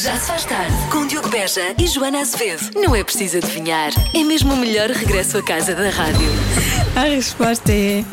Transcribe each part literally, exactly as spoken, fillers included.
Já se faz tarde com Diogo Beja e Joana Azevedo. Não é preciso adivinhar, é mesmo o melhor regresso a casa da rádio. A resposta é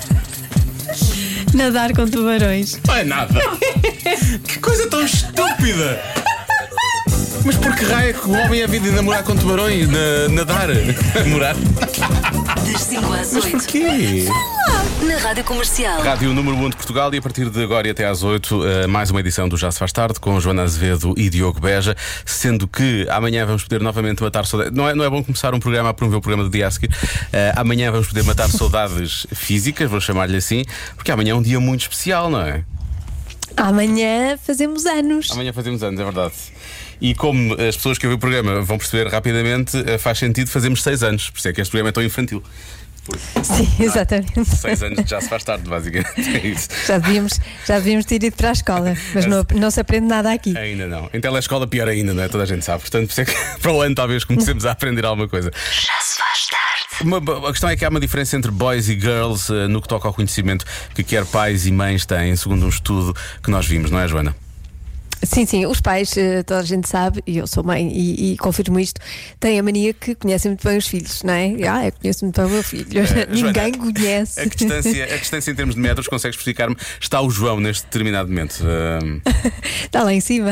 nadar com tubarões. Não é nada. Que coisa tão estúpida. Mas por que raio é que o homem é vida de namorar com tubarões? Na, nadar? Namorar? Das cinco às oito. Mas porquê? Na Rádio Comercial. Rádio número um de Portugal. E a partir de agora e até às oito, uh, mais uma edição do Já se faz tarde com Joana Azevedo e Diogo Beja. Sendo que amanhã vamos poder novamente matar saudades. Não é, não é bom começar um programa a promover o programa do dia a seguir. uh, Amanhã vamos poder matar saudades físicas, vou chamar-lhe assim, porque amanhã é um dia muito especial, não é? Amanhã fazemos anos. Amanhã fazemos anos, é verdade. E como as pessoas que ouvem o programa vão perceber rapidamente, faz sentido fazermos seis anos. Por isso é que este programa é tão infantil. Porque, Sim, exatamente. Seis anos já se faz tarde, basicamente. É isso. Já devíamos, já devíamos ter ido para a escola, mas não, não se aprende nada aqui. Ainda não. Em telescola pior ainda, não é? Toda a gente sabe. Portanto, por isso é que para o ano talvez comecemos a aprender alguma coisa. Já se faz tarde. Uma, a questão é que há uma diferença entre boys e girls uh, no que toca ao conhecimento que quer pais e mães têm, segundo um estudo que nós vimos, não é, Joana? Sim, sim, os pais, toda a gente sabe, e eu sou mãe e, e confirmo isto, têm a mania que conhecem muito bem os filhos, não é? Ah, eu conheço muito bem o meu filho. Uh, Ninguém Joana, conhece. A distância, a distância em termos de metros, consegues explicar-me? Está o João neste determinado momento. Uh... Está lá em cima.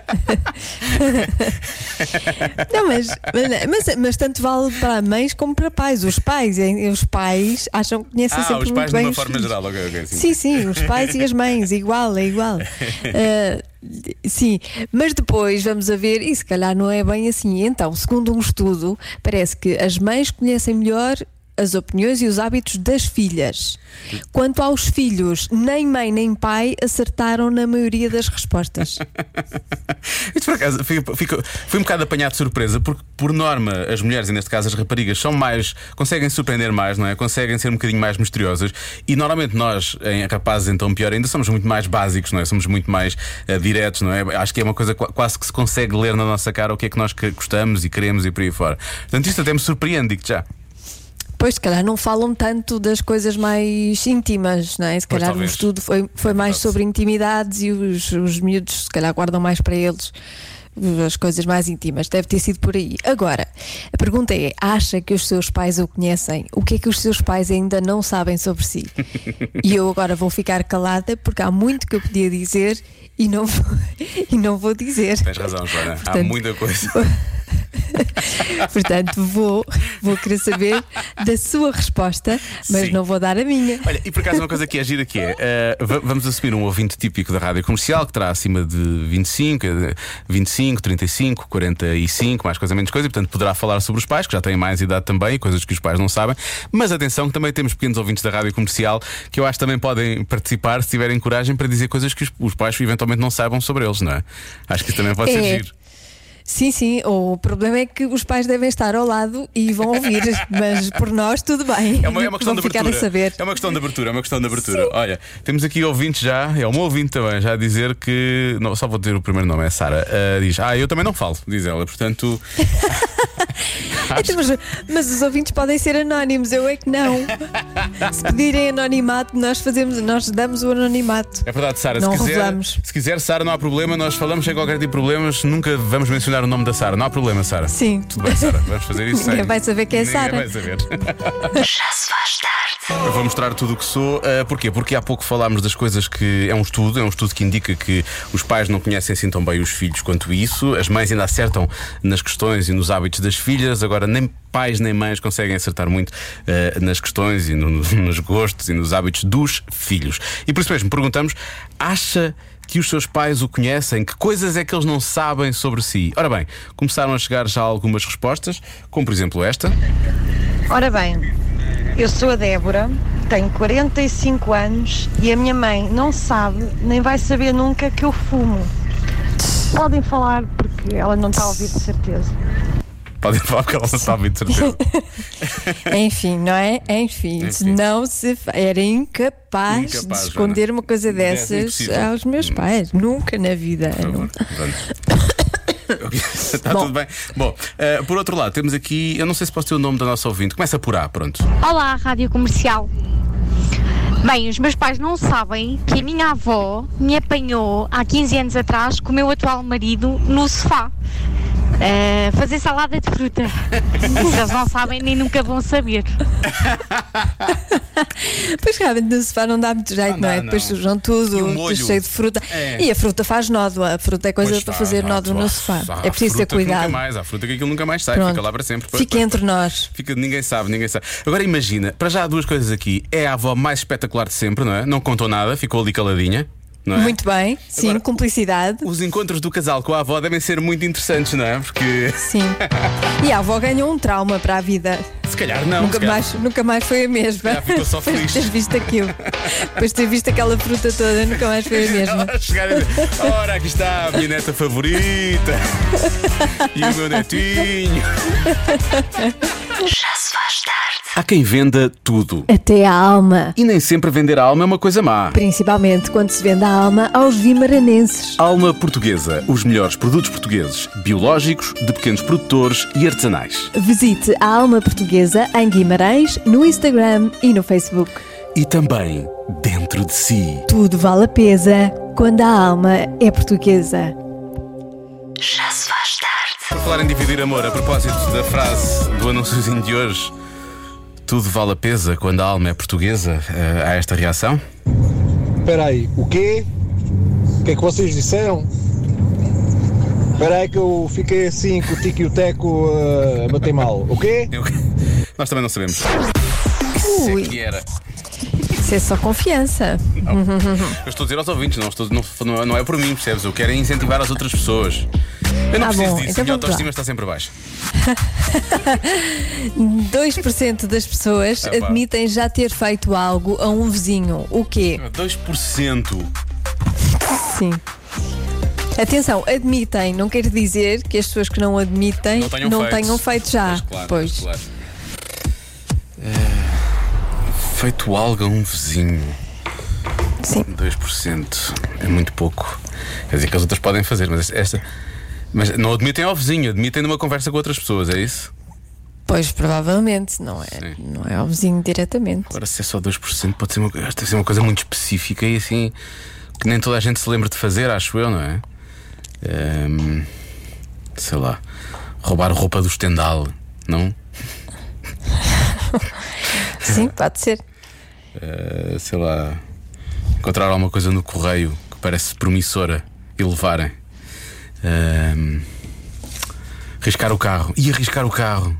Não, mas, mas, mas tanto vale para mães como para pais. Os pais, os pais acham que conhecem ah, sempre os muito pais bem de uma os forma filhos. geral, ok, ok. Sim, sim, sim, os pais e as mães, igual, é igual. Uh, Sim, mas depois vamos a ver, e se calhar não é bem assim. Então, segundo um estudo, parece que as mães conhecem melhor as opiniões e os hábitos das filhas. Quanto aos filhos, nem mãe nem pai acertaram na maioria das respostas. Isto por acaso fico, fico, fui um bocado apanhado de surpresa, porque por norma as mulheres, e neste caso as raparigas, são mais, conseguem surpreender mais, não é? Conseguem ser um bocadinho mais misteriosas. E normalmente nós, em rapazes então pior ainda, somos muito mais básicos, não é? Somos muito mais uh, diretos, não é? Acho que é uma coisa quase que se consegue ler na nossa cara o que é que nós gostamos e queremos e por aí fora. Portanto, isto até me surpreende, digo-te já. Pois, se calhar não falam tanto das coisas mais íntimas, não é? Se calhar o estudo foi, foi mais sobre intimidades e os, os miúdos se calhar guardam mais para eles as coisas mais íntimas. Deve ter sido por aí. Agora, a pergunta é: acha que os seus pais o conhecem? O que é que os seus pais ainda não sabem sobre si? E eu agora vou ficar calada porque há muito que eu podia dizer e não vou, e não vou dizer. Tens razão, Joana. Portanto, há muita coisa. Portanto, vou, vou querer saber da sua resposta, mas Sim. não vou dar a minha. Olha, e por acaso uma coisa que é gira que é uh, vamos assumir um ouvinte típico da rádio comercial que terá acima de vinte e cinco, vinte e cinco, trinta e cinco, quarenta e cinco, mais coisa menos coisa, e portanto poderá falar sobre os pais, que já têm mais idade também, coisas que os pais não sabem. Mas atenção, que também temos pequenos ouvintes da rádio comercial que eu acho que também podem participar se tiverem coragem para dizer coisas que os, os pais eventualmente não saibam sobre eles, não é? Acho que isso também pode é. ser giro. Sim, sim, o problema é que os pais devem estar ao lado e vão ouvir, mas por nós tudo bem. É uma, é uma questão de abertura. A saber. É uma questão de abertura, é uma questão de abertura. Sim. Olha, temos aqui ouvintes já, é um ouvinte também, já a dizer que. Não, só vou dizer o primeiro nome, é Sara. Uh, diz: Ah, eu também não falo, diz ela, portanto. Então, mas, mas os ouvintes podem ser anónimos, eu é que não. Se pedirem anonimato, nós fazemos, nós damos o anonimato. É verdade, Sara, não se quiser, revelamos. se quiser, Sara, não há problema, nós falamos sem qualquer tipo de problemas, nunca vamos mencionar o nome da Sara, não há problema, Sara. Sim. Tudo bem, Sara, vamos fazer isso. Ninguém sem... vai saber quem é Ninguém Sara. vai saber. Já se faz tarde. Eu vou mostrar tudo o que sou. Uh, porquê? Porque há pouco falámos das coisas que. É um estudo, é um estudo que indica que os pais não conhecem assim tão bem os filhos quanto isso. As mães ainda acertam nas questões e nos hábitos das filhas. Agora, nem pais nem mães conseguem acertar muito uh, nas questões e no, nos gostos e nos hábitos dos filhos. E por isso mesmo perguntamos: acha que os seus pais o conhecem? Que coisas é que eles não sabem sobre si? Ora bem, começaram a chegar já algumas respostas, como por exemplo esta. Ora bem, eu sou a Débora, tenho quarenta e cinco anos e a minha mãe não sabe, nem vai saber nunca que eu fumo. Podem falar porque ela não está a ouvir de certeza. Podem falar porque ela não está a ouvir de certeza. Enfim, não é? Enfim, Enfim. não se fa... era incapaz, incapaz de esconder Joana. Uma coisa dessas é aos meus pais. Nunca na vida. Nunca. Está Bom. Tudo bem. Bom, uh, por outro lado, temos aqui, eu não sei se posso ter o nome da nossa ouvinte. Começa por A, pronto. Olá, Rádio Comercial. Bem, os meus pais não sabem que a minha avó me apanhou há quinze anos atrás com o meu atual marido no sofá. Uh, fazer salada de fruta. Eles não sabem nem nunca vão saber. Pois realmente no sofá não dá muito jeito, não, não é? Não. Depois sujam tudo, tudo cheio de fruta. É. E a fruta faz nódoa. A fruta é coisa pois para fazer nódoa no sofá. Há é preciso ter cuidado. Nunca mais, há fruta que aquilo nunca mais sai, Pronto. Fica lá para sempre. Fica para, entre para, nós. Fica, ninguém sabe, ninguém sabe. Agora imagina, para já há duas coisas aqui. É a avó mais espetacular de sempre, não é? Não contou nada, ficou ali caladinha. Não é? Muito bem, sim, agora, cumplicidade. Os encontros do casal com a avó devem ser muito interessantes, não é? Porque. Sim. E a avó ganhou um trauma para a vida. Se calhar não. Nunca, calhar... Mais, nunca mais foi a mesma. Já ficou só feliz. Depois de ter visto aquilo. Depois de ter visto aquela fruta toda, nunca mais foi a mesma. Ela chegar a dizer: ora, aqui está a minha neta favorita. E o meu netinho. Já se faz tarde. Há quem venda tudo. Até a alma. E nem sempre vender a alma é uma coisa má. Principalmente quando se vende a alma aos vimaranenses. Alma Portuguesa. Os melhores produtos portugueses, biológicos, de pequenos produtores e artesanais. Visite a Alma Portuguesa em Guimarães, no Instagram e no Facebook. E também dentro de si. Tudo vale a pesa quando a alma é portuguesa. Já se faz tarde. Por falar em dividir amor, a propósito da frase do anúnciozinho de hoje, tudo vale a pesa quando a alma é portuguesa, uh, há esta reação? Espera aí, o quê? O que é que vocês disseram? Espera aí que eu fiquei assim com o tico e o teco uh, a bater mal, o quê? Eu... Nós também não sabemos. Isso é que era. Isso é só confiança. Não. Eu estou a dizer aos ouvintes, não, estou, não, não é por mim, percebes? Eu quero é incentivar as outras pessoas. Eu não ah, preciso bom, disso, então a minha autoestima está sempre abaixo. dois por cento das pessoas ah, admitem já ter feito algo a um vizinho. O quê? dois por cento? Sim. Atenção, admitem, não quer dizer que as pessoas que não admitem não tenham, não feito. tenham feito já. Pois, claro, pois. Pois, claro. É... Feito algo a um vizinho. Sim. dois por cento é muito pouco. Quer dizer que as outras podem fazer, mas esta. Mas não admitem ao vizinho, admitem numa conversa com outras pessoas, é isso? Pois, provavelmente, não é, não é ao vizinho diretamente. Agora, se é só dois por cento, pode ser uma, deve ser uma coisa muito específica e assim que nem toda a gente se lembra de fazer, acho eu, não é? Um, sei lá, roubar roupa do estendal, não? Sim, pode ser. Uh, sei lá, encontrar alguma coisa no correio que parece promissora e levarem. Um, arriscar o carro. E arriscar o carro.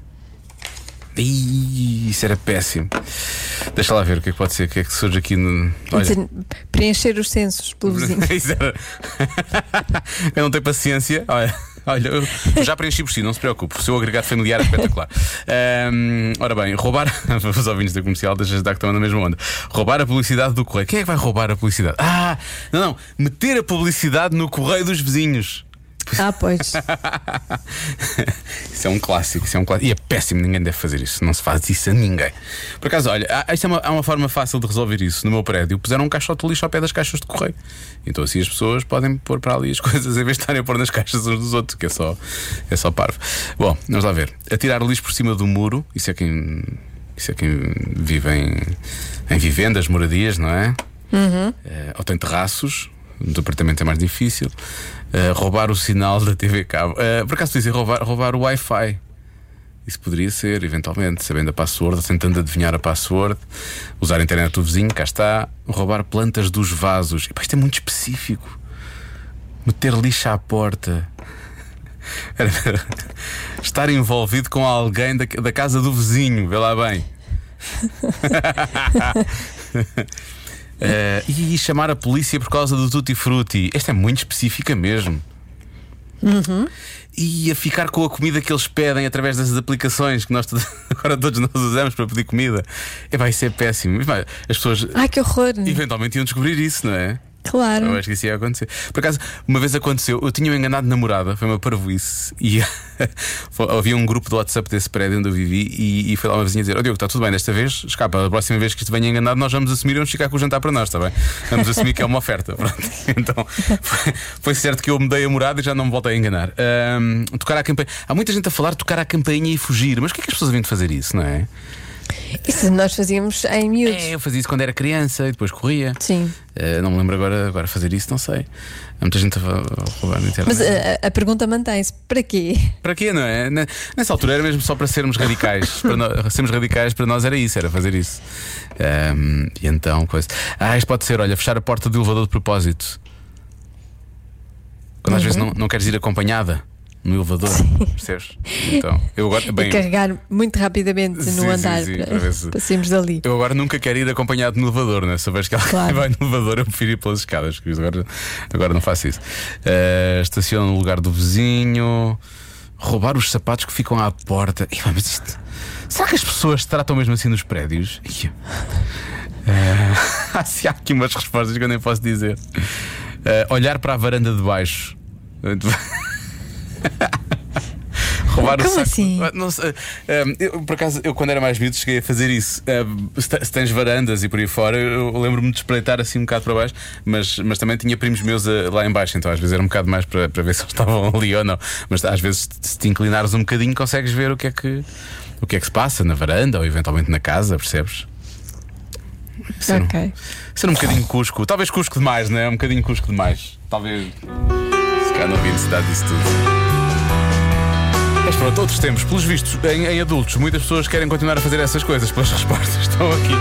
Ih, isso era péssimo. Deixa lá ver o que é que pode ser. O que é que surge aqui no... Olha. Preencher os censos pelo vizinho. Eu não tenho paciência. Olha, olha, eu já preenchi por si, não se preocupe. O seu agregado familiar é espetacular. um, Ora bem, roubar. Os ouvintes da comercial, deixa de dar que estão na mesma onda. Roubar a publicidade do correio. Quem é que vai roubar a publicidade? Ah, não, não. Meter a publicidade no correio dos vizinhos. Ah, pois. Isso é um clássico, isso é um clássico. E é péssimo, ninguém deve fazer isso. Não se faz isso a ninguém. Por acaso, olha, há, isto é uma, há uma forma fácil de resolver isso. No meu prédio puseram um caixote de lixo ao pé das caixas de correio. Então assim as pessoas podem pôr para ali as coisas em vez de estarem a pôr nas caixas uns dos outros, que é só, é só parvo. Bom, vamos lá ver. Atirar o lixo por cima do muro. Isso é quem, isso é quem vive em, em vivendas, moradias, não é? Uhum. É, ou tem terraços. No apartamento é mais difícil. uh, Roubar o sinal da T V cabo. uh, Por acaso dizem roubar, roubar o Wi-Fi. Isso poderia ser, eventualmente, sabendo a password, tentando adivinhar a password. Usar a internet do vizinho, cá está. Roubar plantas dos vasos. E, pá, isto é muito específico. Meter lixo à porta. Estar envolvido com alguém da, da casa do vizinho. Vê lá bem. Uh, e chamar a polícia por causa do Tutti Frutti. Esta é muito específica mesmo. Uhum. E a ficar com a comida que eles pedem através dessas aplicações que nós todos, agora todos nós usamos para pedir comida. Epá, isso é péssimo. As pessoas, ai, que horror, eventualmente iam descobrir isso, não é? Claro. Eu acho que isso ia acontecer. Por acaso, uma vez aconteceu, eu tinha um enganado de namorada, foi uma parvoíce. E havia um grupo do WhatsApp desse prédio onde eu vivi. E, e foi lá uma vizinha dizer: ó, Diogo, está tudo bem, desta vez escapa. A próxima vez que isto venha enganado, nós vamos assumir e vamos ficar com o jantar para nós, está bem? Vamos assumir que é uma oferta. Pronto. Então foi, foi certo que eu mudei a morada e já não me voltei a enganar. um, Tocar à campainha. Há muita gente a falar de tocar à campainha e fugir. Mas o que é que as pessoas vêm de fazer isso, não é? Isso nós fazíamos em miúdos. É, eu fazia isso quando era criança e depois corria. Sim. Uh, não me lembro agora, agora fazer isso, não sei. Há muita gente a roubar na internet. Mas a, a pergunta mantém-se: para quê? Para quê, não é? Nessa altura era mesmo só para sermos radicais. Para nós, sermos radicais para nós era isso, era fazer isso. Um, e então, coisa. Ah, isto pode ser, olha, fechar a porta do elevador de propósito. Quando uhum. às vezes não, não queres ir acompanhada no elevador, percebes? Então, eu agora, bem, e carregar muito rapidamente sim, no andar sim, sim, para, para, se... para sairmos dali. Eu agora nunca quero ir acompanhado no elevador, né? Se eu vejo que alguém claro. vai no elevador, eu prefiro ir pelas escadas. Agora, agora não faço isso. Uh, estaciono no lugar do vizinho, roubar os sapatos que ficam à porta. E, mas isto, será que as pessoas se tratam mesmo assim nos prédios? Uh, se há aqui umas respostas que eu nem posso dizer. Uh, olhar para a varanda de baixo. Roubar Como o saco. assim? Não sei, um, eu, por acaso, eu quando era mais miúdo cheguei a fazer isso. Um, se, se tens varandas e por aí fora, eu lembro-me de espreitar assim um bocado para baixo, mas, mas também tinha primos meus a, lá em baixo, então às vezes era um bocado mais para, para ver se eles estavam ali ou não. Mas às vezes, se te inclinares um bocadinho, consegues ver o que é que, o que, é que se passa na varanda ou eventualmente na casa, percebes? Ser, ok. um, ser um bocadinho cusco, talvez cusco demais, não é? Um bocadinho cusco demais. Talvez. Se calhar não havia necessidade disso tudo. Mas pronto, outros tempos, pelos vistos, em, em adultos, muitas pessoas querem continuar a fazer essas coisas, pelas respostas estão aqui.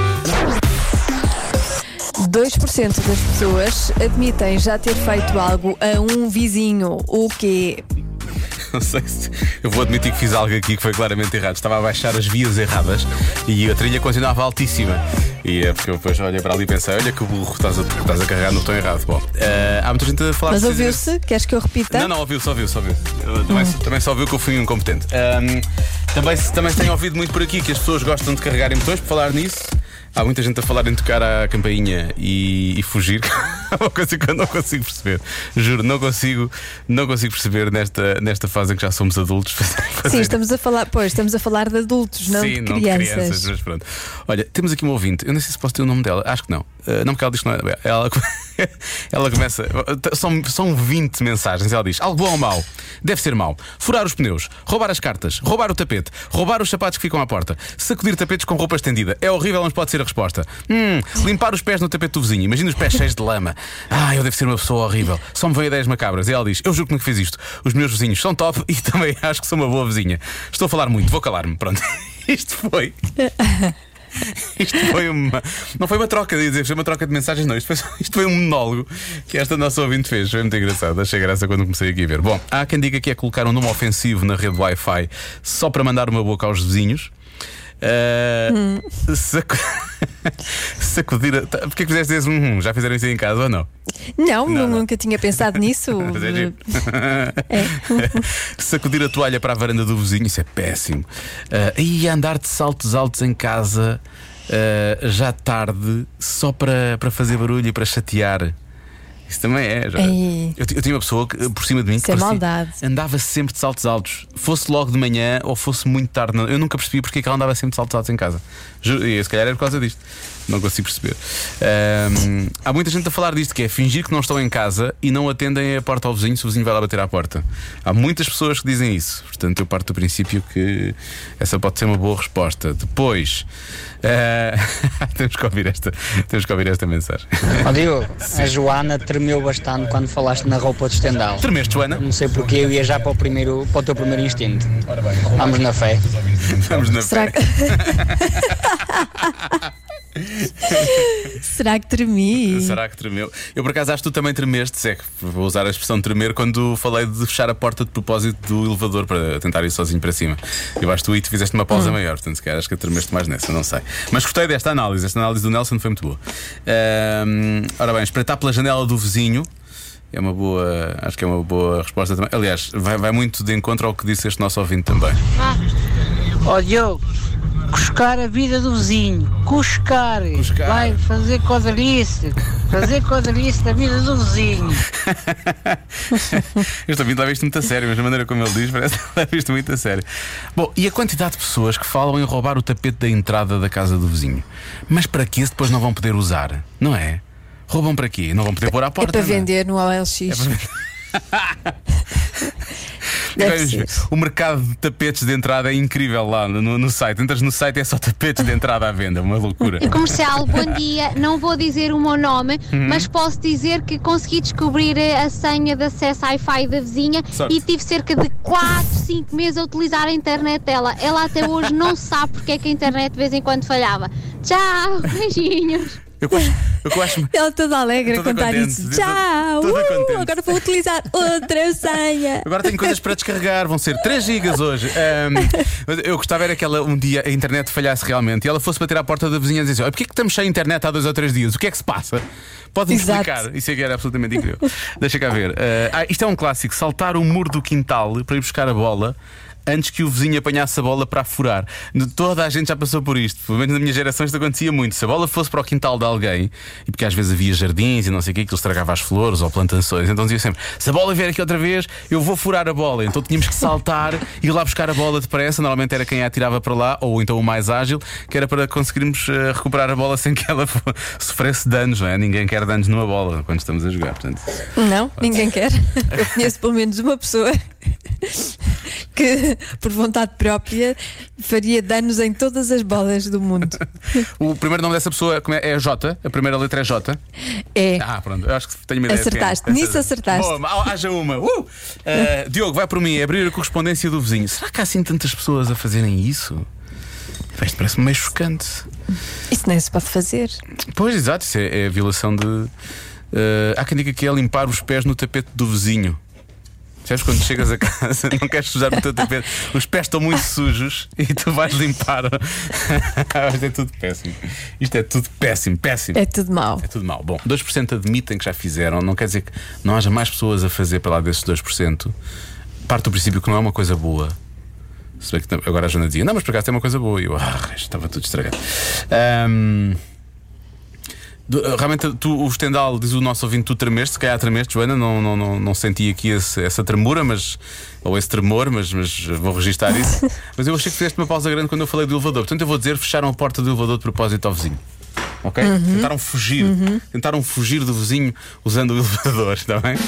dois por cento das pessoas admitem já ter feito algo a um vizinho. O quê? Não sei se. Eu vou admitir que fiz algo aqui que foi claramente errado. Estava a baixar as vias erradas e a trilha continuava altíssima. E é porque eu depois olhei para ali e pensei: olha que burro, estás a, estás a carregar no tom errado. Bom, uh, há muita gente a falar. Mas ouviu-se? Queres que eu repita? Não, não, ouviu, só ouviu, só ouviu. Também, hum. também só ouviu que eu fui incompetente. Um, também, também se tem ouvido muito por aqui que as pessoas gostam de carregar em botões. Por falar nisso, há muita gente a falar em tocar a campainha e, e fugir. É uma coisa que eu não consigo perceber. Juro, não consigo, não consigo perceber nesta, nesta fase em que já somos adultos. Fazer... Sim, estamos a falar, pois, estamos a falar de adultos, não, Sim, de, não crianças. de crianças. Mas pronto. Olha, temos aqui uma ouvinte, eu não sei se posso ter o nome dela, acho que não. Uh, não, porque ela diz que não é. Ela, ela começa. São, são vinte mensagens. Ela diz: algo bom ou mau? Deve ser mau. Furar os pneus, roubar as cartas, roubar o tapete, roubar os sapatos que ficam à porta, sacudir tapetes com roupa estendida. É horrível, mas pode ser a resposta. Hum, limpar os pés no tapete do vizinho. Imagina os pés cheios de lama. Ah, eu devo ser uma pessoa horrível. Só me veio ideias macabras. E ela diz: eu juro que nunca fiz isto. Os meus vizinhos são top e também acho que sou uma boa vizinha. Estou a falar muito, vou calar-me. Pronto. Isto foi. Isto foi uma. Não foi uma troca, de dizer, foi uma troca de mensagens, não. Isto foi, isto foi um monólogo que esta nossa ouvinte fez. Foi muito engraçado. Achei graça quando comecei aqui a ver. Bom, há quem diga que é colocar um nome ofensivo na rede Wi-Fi só para mandar uma boca aos vizinhos. Uh, hum. sac... Sacudir a... Porquê que fizeste esse hum, já fizeram isso aí em casa ou não? Não, não nunca não. tinha pensado nisso. é. Sacudir a toalha para a varanda do vizinho, isso é péssimo. uh, E andar de saltos altos em casa uh, já tarde, só para, para fazer barulho e para chatear. Isso também é. Já. Eu, eu tinha uma pessoa que, por cima de mim, que é maldade. Andava sempre de saltos altos, fosse logo de manhã ou fosse muito tarde. Eu nunca percebi porque é que ela andava sempre de saltos altos em casa. E se calhar era por causa disto. Não consigo perceber. Um, há muita gente a falar disto, que é fingir que não estão em casa e não atendem a porta ao vizinho se o vizinho vai lá bater à porta. Há muitas pessoas que dizem isso. Portanto, eu parto do princípio que essa pode ser uma boa resposta. Depois uh... temos que ouvir esta Temos que ouvir esta mensagem. Ó Diogo, a Joana tremeu bastante quando falaste na roupa de estendal. Tremeste, Joana? Não sei porque eu ia já para o, primeiro, para o teu primeiro instinto. Vamos na fé. Vamos na Será fé. Que... Será que tremi? Será que tremeu? Eu por acaso acho que tu também tremeste, se é que vou usar a expressão tremer, quando falei de fechar a porta de propósito do elevador para tentar ir sozinho para cima. Eu acho que tu e tu fizeste uma pausa hum. maior, portanto se calhar acho que tremeste mais nessa, não sei. Mas gostei desta análise, esta análise do Nelson foi muito boa. Um, ora bem, espreitar pela janela do vizinho é uma boa, acho que é uma boa resposta também. Aliás, vai, vai muito de encontro ao que disse este nosso ouvinte também. Ó oh, Diogo, cuscar a vida do vizinho, cuscar, cuscar. Vai fazer codalice, fazer codalice da vida do vizinho. Este ouvinte leva isto muito a sério, mas a maneira como ele diz parece que leva isto muito a sério. Bom, e a quantidade de pessoas que falam em roubar o tapete da entrada da casa do vizinho? Mas para que se depois não vão poder usar? Não é? Roubam para quê? Não vão poder pôr à porta. É para vender no O L X. É para... O mercado de tapetes de entrada é incrível lá no, no site. Entras no site e é só tapetes de entrada à venda, uma loucura. Comercial, bom dia. Não vou dizer o meu nome, uhum. mas posso dizer que consegui descobrir a senha de acesso à Wi-Fi da vizinha Sorte. e tive cerca de quatro, cinco meses a utilizar a internet dela. Ela até hoje não sabe porque é que a internet de vez em quando falhava. Tchau, beijinhos. Eu, eu, eu acho Ela toda alegre a contar contente, isso. Tchau! Toda, toda uh, agora vou utilizar outra senha. Agora tenho coisas para descarregar, vão ser três gigas hoje. Um, eu gostava era que ela um dia a internet falhasse realmente e ela fosse bater à porta da vizinha e dizer: olha, porquê é que estamos sem internet há dois ou três dias? O que é que se passa? Pode-me explicar? Isso é que era absolutamente incrível. Deixa cá ver. Uh, ah, isto é um clássico: saltar o muro do quintal para ir buscar a bola antes que o vizinho apanhasse a bola para a furar. Toda a gente já passou por isto. Pelo menos na minha geração isto acontecia muito. Se a bola fosse para o quintal de alguém, e porque às vezes havia jardins e não sei o que, que ele estragava as flores ou plantações, então dizia sempre: se a bola vier aqui outra vez, eu vou furar a bola. Então tínhamos que saltar e ir lá buscar a bola depressa. Normalmente era quem a atirava para lá, ou então o mais ágil, que era para conseguirmos uh, recuperar a bola sem que ela sofresse danos, não é? Ninguém quer danos numa bola quando estamos a jogar. Portanto, não, ninguém quer. Eu conheço pelo menos uma pessoa que, por vontade própria, faria danos em todas as bolas do mundo. O primeiro nome dessa pessoa é a J? A primeira letra é J? É. Ah, pronto, eu acho que tenho uma ideia. Acertaste, nisso acertaste. Boa, haja uma. Uh! Uh, Diogo, vai por mim, é abrir a correspondência do vizinho. Será que há assim tantas pessoas a fazerem isso? Isto parece-me meio chocante. Isso nem se pode fazer. Pois, exato, isso é, é a violação de. Uh, há quem diga que é limpar os pés no tapete do vizinho. Sabes quando chegas a casa, não queres sujar o teu tapete, os pés estão muito sujos e tu vais limpar. Isto é tudo péssimo. Isto é tudo péssimo, péssimo. É tudo mau. É tudo mau. Bom, dois por cento admitem que já fizeram. Não quer dizer que não haja mais pessoas a fazer para lá desses dois por cento. Parte do princípio que não é uma coisa boa. Se bem que agora a Joana dizia: não, mas por acaso é uma coisa boa. E eu, ah, estava tudo estragado. Um... Realmente, tu, o Stendhal, diz o nosso ouvinte, tu tremeste, se calhar tremeste, Joana, não, não, não, não senti aqui esse, essa tremura, mas, ou esse tremor, mas, mas vou registar isso. Mas eu achei que fizeste uma pausa grande quando eu falei do elevador. Portanto, eu vou dizer: fecharam a porta do elevador de propósito ao vizinho. Ok? Uhum. Tentaram fugir, uhum. Tentaram fugir do vizinho usando o elevador, está bem?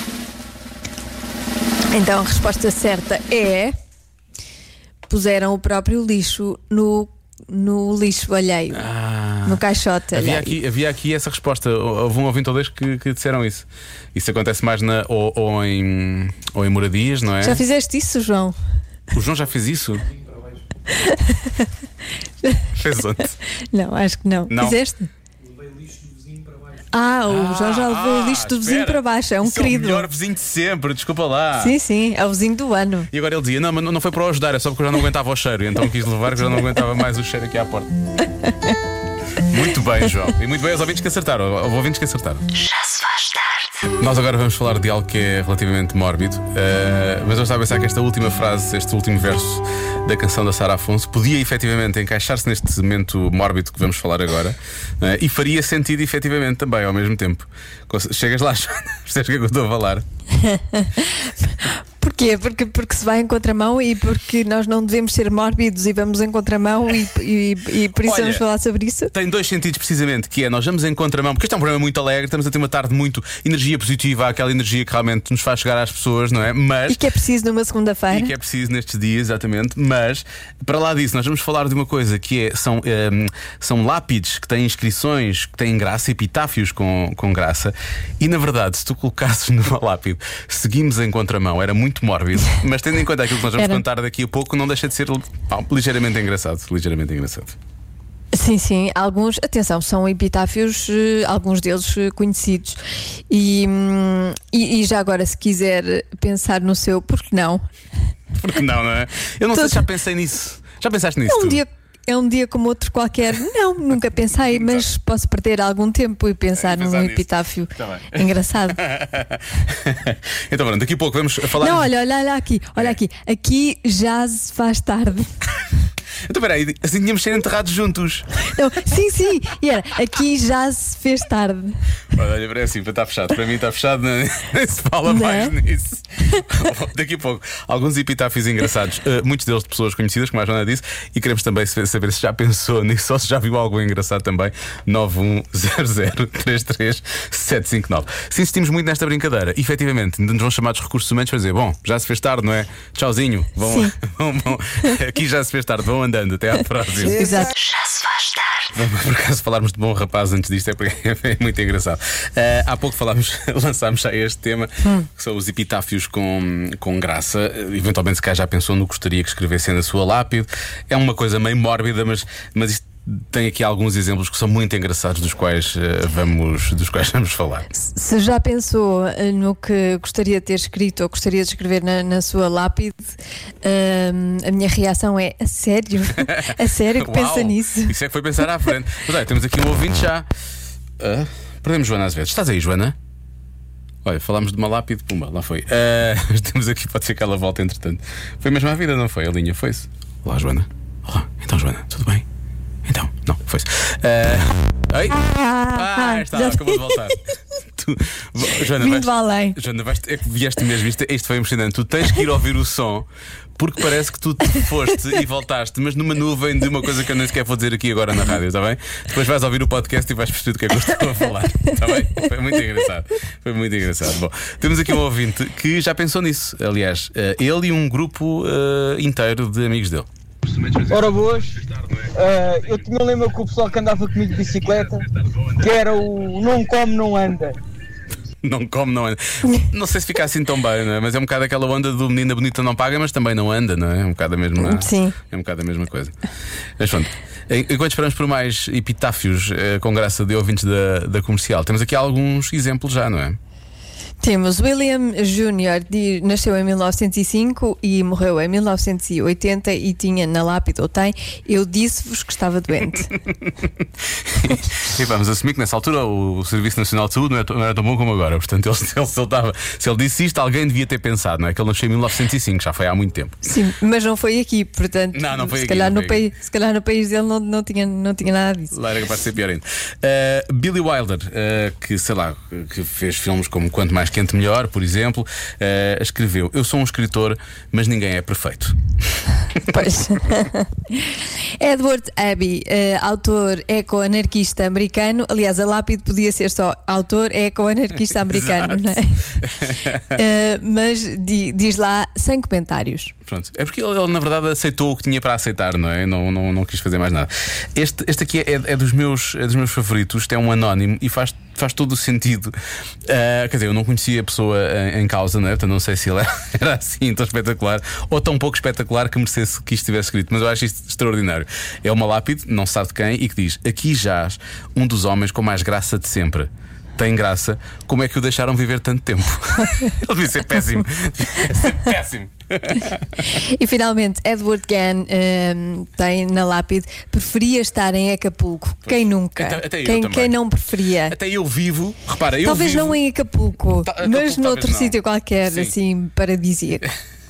Então a resposta certa é: puseram o próprio lixo no no lixo alheio, ah, no caixote havia alheio. Aqui, havia aqui essa resposta. Houve um ouvinte ou dois que, que disseram isso. Isso acontece mais na, ou, ou, em, ou em moradias, não é? Já fizeste isso, João? O João já fez isso? Fez ontem? Não, acho que não, não. Fizeste? Ah, o João já levou ah, o lixo do vizinho espera. para baixo. É um Isso querido. É o melhor vizinho de sempre, desculpa lá. Sim, sim, é o vizinho do ano. E agora ele dizia: não, mas não foi para o ajudar, é só porque eu já não aguentava o cheiro. Então quis levar, que eu já não aguentava mais o cheiro aqui à porta. Muito bem, João. E muito bem aos ouvintes que acertaram. Houve ouvintes que acertaram. Já se faz tarde. Nós agora vamos falar de algo que é relativamente mórbido, uh, mas eu estava a pensar que esta última frase, este último verso da canção da Sara Afonso podia efetivamente encaixar-se neste momento mórbido que vamos falar agora, uh, e faria sentido efetivamente também ao mesmo tempo. Chegas lá, percebes o que é que eu estou a falar? Porquê? Porque, porque se vai em contramão e porque nós não devemos ser mórbidos e vamos em contramão e, e, e por isso Olha, vamos falar sobre isso? Tem dois sentidos precisamente, que é: nós vamos em contramão, porque este é um programa muito alegre, estamos a ter uma tarde muito energia positiva, aquela energia que realmente nos faz chegar às pessoas, não é? Mas, e que é preciso numa segunda-feira. E que é preciso nestes dias, exatamente. Mas, para lá disso, nós vamos falar de uma coisa que é, são, um, são lápides que têm inscrições, que têm graça, epitáfios com, com graça. E na verdade, se tu colocasses numa lápide seguimos em contramão, era muito mórbido, mas tendo em conta aquilo que nós vamos era. contar daqui a pouco, não deixa de ser ah, ligeiramente engraçado. Ligeiramente engraçado. Sim, sim, alguns, atenção, são epitáfios, alguns deles conhecidos. E, e, e já agora, se quiser pensar no seu, por que não? Por que não, não é? Eu não Todo... sei se já pensei nisso. Já pensaste nisso? É um tu? dia. É um dia como outro qualquer. Não, nunca pensei, mas posso perder algum tempo e pensar, é, pensar num nisso. epitáfio tá engraçado. Então, pronto, daqui a pouco vamos falar. Não, olha, olha, olha aqui, olha é. aqui. Aqui já se faz tarde. Então peraí, assim tínhamos de ser enterrados juntos. Não, sim, sim, e era, aqui já se fez tarde. Olha, para assim, está fechado. Para mim está fechado, nem, nem se fala não mais é? nisso. Daqui a pouco, alguns epitáfios engraçados, uh, muitos deles de pessoas conhecidas, como a Joana disse, e queremos também saber se já pensou nisso ou se já viu algo engraçado também. Nove um zero zero três três sete cinco nove. Se insistimos muito nesta brincadeira, efetivamente, ainda nos vão chamar dos recursos humanos para dizer: bom, já se fez tarde, não é? Tchauzinho, vão, vão, vão, aqui já se fez tarde, vão andando, até à próxima. Exato. Já se faz tarde. Por acaso falarmos de bom rapaz antes disto é porque é muito engraçado. Uh, há pouco falámos, lançámos já este tema, hum. que são os epitáfios com, com graça. Eventualmente, se cá já pensou no gostaria que escrevessem na sua lápide. É uma coisa meio mórbida, mas, mas isto tem aqui alguns exemplos que são muito engraçados, dos quais, uh, vamos, dos quais vamos falar. Se já pensou no que gostaria de ter escrito ou gostaria de escrever na, na sua lápide, uh, a minha reação é: a sério? A sério que pensa nisso? Isso é que foi pensar à frente. Mas olha, temos aqui um ouvinte já. Uh, perdemos Joana às vezes. Estás aí, Joana? Olha, falámos de uma lápide, pumba, lá foi. Uh, temos aqui, pode ser que ela volte entretanto. Foi mesmo à vida, não foi? A linha foi-se. Olá, Joana. Olá, então, Joana, tudo bem? Então, não, foi-se. Uh, ei? Ah, está, acabou de voltar. Tu, Joana, Vindo além. Joana, vais, é que vieste mesmo. Isto, isto foi emocionante. Tu tens que ir ouvir o som, porque parece que tu te foste e voltaste, mas numa nuvem de uma coisa que eu nem sequer vou dizer aqui agora na rádio, está bem? Depois vais ouvir o podcast e vais perceber do que é que eu estou a falar, está bem? Foi muito engraçado. Foi muito engraçado. Bom, temos aqui um ouvinte que já pensou nisso. Aliás, ele e um grupo uh, inteiro de amigos dele. Ora boas, uh, eu tinha um lema com o pessoal que andava comigo de bicicleta, que era o não come, não anda. Não come, não anda. Não sei se fica assim tão bem, não é? Mas é um bocado aquela onda do menina bonita não paga, mas também não anda, não é? É um bocado a mesma, Sim. É um bocado a mesma coisa. Mas pronto, enquanto esperamos por mais epitáfios uh, com graça de ouvintes da, da comercial, temos aqui alguns exemplos já, não é? Temos William Júnior, nasceu em mil novecentos e cinco e morreu em mil novecentos e oitenta e tinha na lápide, ou tem: eu disse-vos que estava doente. E vamos assumir que nessa altura o Serviço Nacional de Saúde não era, não era tão bom como agora. Portanto, ele, ele, se, ele tava, se ele disse isto, alguém devia ter pensado, não é? Que ele nasceu em mil novecentos e cinco, já foi há muito tempo. Sim, mas não foi aqui, portanto. Não, não foi se aqui. Calhar não no foi país, aqui. se calhar no país dele não, não, tinha, não tinha nada disso. Lá era capaz de ser pior ainda. Uh, Billy Wilder, uh, que sei lá, que fez filmes como Quanto Mais Quente Melhor, por exemplo, uh, escreveu: eu sou um escritor, mas ninguém é perfeito. Pois. Edward Abbey, uh, autor eco-anarquista americano. Aliás, a lápide podia ser só autor eco-anarquista americano, não é? uh, mas di, diz lá sem comentários. Pronto. É porque ele, ele, na verdade, aceitou o que tinha para aceitar, não é? Não, não, não quis fazer mais nada. Este, este aqui é, é, dos meus, é dos meus favoritos. Este é um anónimo e faz, faz todo o sentido. Uh, quer dizer, eu não conhecia a pessoa em, em causa, não é? Portanto, não sei se ele era assim tão espetacular ou tão pouco espetacular que merecesse que isto tivesse escrito. Mas eu acho isto extraordinário. É uma lápide, não se sabe de quem, e que diz: aqui jaz um dos homens com mais graça de sempre. Tem graça, como é que o deixaram viver tanto tempo? Ele devia ser péssimo. Devia ser péssimo. E finalmente, Edward Gann um, tem na lápide: preferia estar em Acapulco. Pois. Quem nunca? Até, até quem, quem não preferia? Até eu vivo, repara, eu Talvez vivo... não em Acapulco, Ta Acapulco mas noutro sítio qualquer, Sim. assim, paradisíaco.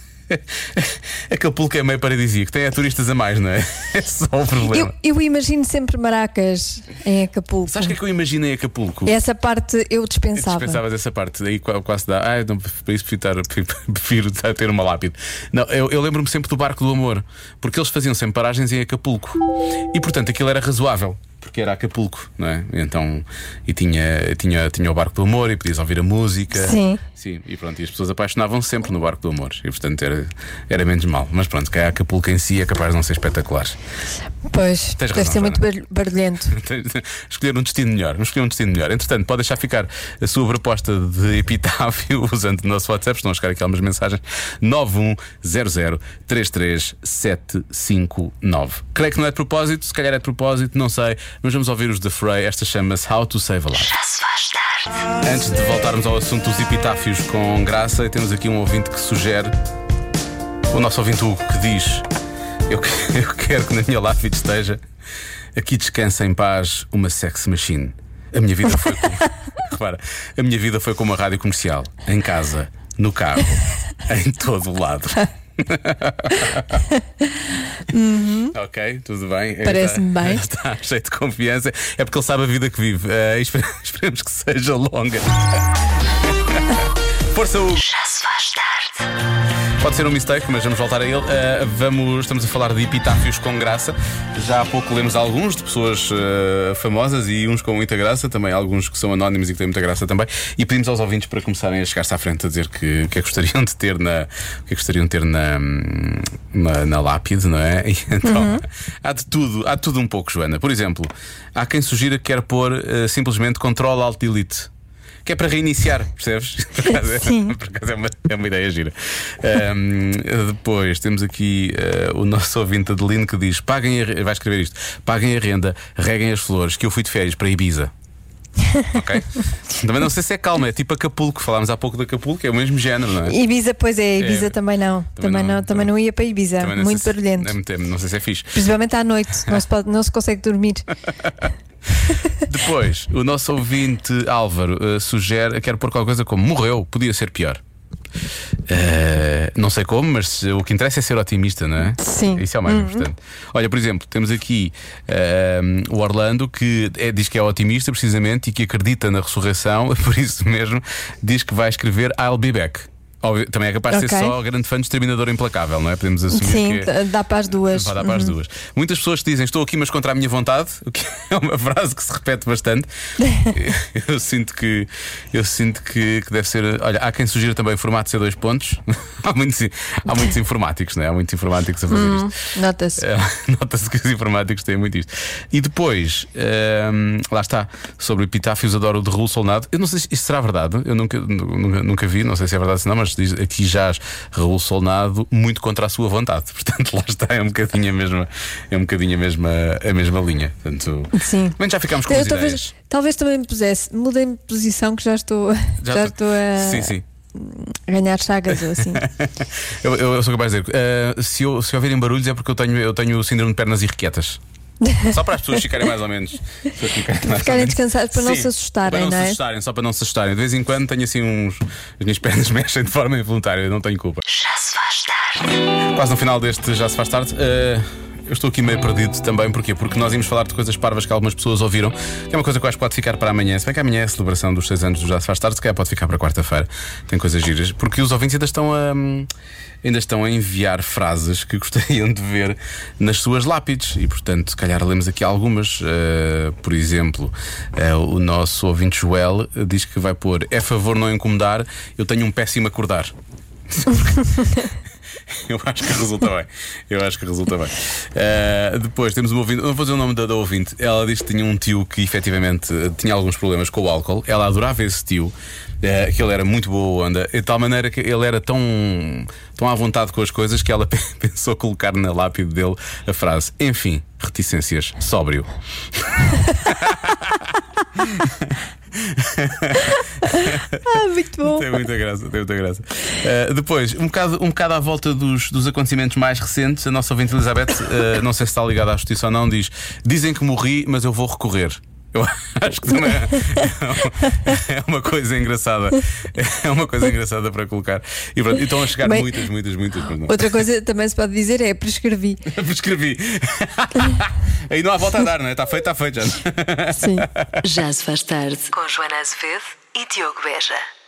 Acapulco é meio paradisíaco, tem a turistas a mais, não é? É só o problema. Eu, eu imagino sempre maracas em Acapulco. Sabes o que é que eu imagino em Acapulco? Essa parte eu dispensava. Dispensavas essa parte, aí quase dá. Ah, não, para isso prefiro, prefiro ter uma lápide. Não, eu, eu lembro-me sempre do Barco do Amor, porque eles faziam sempre paragens em Acapulco e, portanto, aquilo era razoável. Porque era Acapulco, não é? Então, e tinha, tinha, tinha o Barco do Amor e podias ouvir a música. Sim. Sim, e pronto, e as pessoas apaixonavam-se sempre no Barco do Amor. E portanto era, era menos mal. Mas pronto, que a Acapulco em si é capaz de não ser espetacular. Pois, Tens deve razão, ser muito Joana. barulhento. Escolher um destino melhor. Vamos escolher um destino melhor. Entretanto, pode deixar ficar a sua proposta de epitáfio usando o nosso WhatsApp. Estão a chegar aqui algumas mensagens. nove um zero zero três três sete cinco nove. Creio que não é de propósito, se calhar é de propósito, não sei. Mas vamos ouvir os The Fray. Esta chama-se How to Save a Life. Já se faz tarde. Antes de voltarmos ao assunto dos epitáfios com graça, temos aqui um ouvinte que sugere, o nosso ouvinte Hugo, que diz: eu, eu quero que na minha lápide esteja: aqui descansa em paz uma sex machine. A minha vida foi como repara, a minha vida foi como a rádio comercial, em casa, no carro, em todo o lado. Uhum. Ok, tudo bem. Parece-me bem. Está cheio de confiança. É porque ele sabe a vida que vive. Uh, espere, esperemos que seja longa. Força, Hugo. Já se faz tarde. Pode ser um mistake, mas vamos voltar a ele. Uh, vamos, estamos a falar de epitáfios com graça. Já há pouco lemos alguns de pessoas uh, famosas e uns com muita graça, também alguns que são anónimos e que têm muita graça também. E pedimos aos ouvintes para começarem a chegar-se à frente a dizer que, que é que gostariam de ter na, o que é que gostariam de ter na, na, na lápide, não é? E então, uhum. há de tudo, há de tudo um pouco, Joana. Por exemplo, há quem sugira que quer pôr uh, simplesmente Control Alt Delete. Que é para reiniciar, percebes? Por acaso, Sim. É, por acaso é, uma, é uma ideia gira. Um, depois temos aqui uh, o nosso ouvinte Adelino que diz: paguem a, vai escrever isto, paguem a renda, reguem as flores, que eu fui de férias para Ibiza. Ok? Também não sei se é calma, é tipo Acapulco, falámos há pouco de Acapulco, é o mesmo género, não é? Ibiza, pois é, Ibiza é, também não. Também, também não, não, também não ia para Ibiza, muito barulhento. É, não sei se é fixe. Principalmente à noite, não se, pode, não se consegue dormir. Depois, o nosso ouvinte Álvaro uh, sugere, quer pôr qualquer coisa como morreu, podia ser pior. Uh, não sei como, mas o que interessa é ser otimista, não é? Sim. Isso é o mais uhum. importante. Olha, por exemplo, temos aqui uh, o Orlando que é, diz que é otimista precisamente e que acredita na ressurreição, por isso mesmo diz que vai escrever I'll be back. Óbvio, também é capaz de okay. ser só grande fã de Exterminador Implacável, não é? Podemos assumir Sim, que é... dá para as duas. Dá para as uhum. duas. Muitas pessoas que dizem estou aqui, mas contra a minha vontade, o que é uma frase que se repete bastante. eu sinto que eu sinto que, que deve ser. Olha, há quem sugira também formato C dois pontos. há, muitos, há muitos informáticos, não é? Há muitos informáticos a fazer hum, isto. Nota-se. É, nota-se que os informáticos têm muito isto. E depois, hum, lá está, sobre epitáfios, adoro o de Raul Solnado. Eu não sei se isto será verdade, eu nunca, nunca, nunca vi, não sei se é verdade, se não, mas diz, aqui jaz Raul Solnado muito contra a sua vontade. Portanto, lá está, é um bocadinho a mesma, é um bocadinho a mesma, a mesma linha. Portanto, sim. Mas já ficámos com as talvez, ideias. Talvez também me pusesse, mudei de posição que já estou, já, já estou a sim, sim. ganhar chagas ou assim. eu, eu, eu sou capaz de dizer, uh, se, eu, se ouvirem barulhos é porque eu tenho, eu tenho o síndrome de pernas irrequietas. Só para as pessoas ficarem mais ou menos ficarem, ficarem descansadas para Sim, não se assustarem, para não, não é? se assustarem, só para não se assustarem. De vez em quando tenho assim uns. As minhas pernas mexem de forma involuntária, eu não tenho culpa. Já se faz tarde. Quase no final deste Já se faz tarde. Uh, eu estou aqui meio perdido também, porquê? Porque nós íamos falar de coisas parvas que algumas pessoas ouviram, que é uma coisa que eu acho que pode ficar para amanhã. Se bem que amanhã é a celebração dos seis anos do Já se faz tarde, se calhar pode ficar para quarta-feira. Tem coisas giras, porque os ouvintes ainda estão a. Ainda estão a enviar frases que gostariam de ver nas suas lápides. E portanto, se calhar lemos aqui algumas. uh, Por exemplo, uh, o nosso ouvinte Joel diz que vai pôr: é favor não incomodar, eu tenho um péssimo acordar. Eu acho que resulta bem. Eu acho que resulta bem. Uh, depois temos um ouvinte, não vou dizer o nome da, da ouvinte. Ela disse que tinha um tio que efetivamente tinha alguns problemas com o álcool. Ela adorava esse tio, uh, que ele era muito boa onda, de tal maneira que ele era tão, tão à vontade com as coisas que ela pensou colocar na lápide dele a frase: enfim, reticências, sóbrio. Ah, muito bom. Tem muita graça, tem muita graça. Uh, depois, um bocado, um bocado à volta dos, dos acontecimentos mais recentes, a nossa ouvinte Elizabeth, uh, não sei se está ligada à justiça ou não, diz: dizem que morri, mas eu vou recorrer. Eu acho que também é, é uma coisa engraçada. É uma coisa engraçada para colocar. E pronto, e estão a chegar Bem, muitas, muitas, muitas. Outra coisa também se pode dizer é: prescrevi. Prescrevi. Aí não há volta a dar, não é? Está feito, está feito já. Sim. Já se faz tarde com Joana Azevedo e Diogo Beja.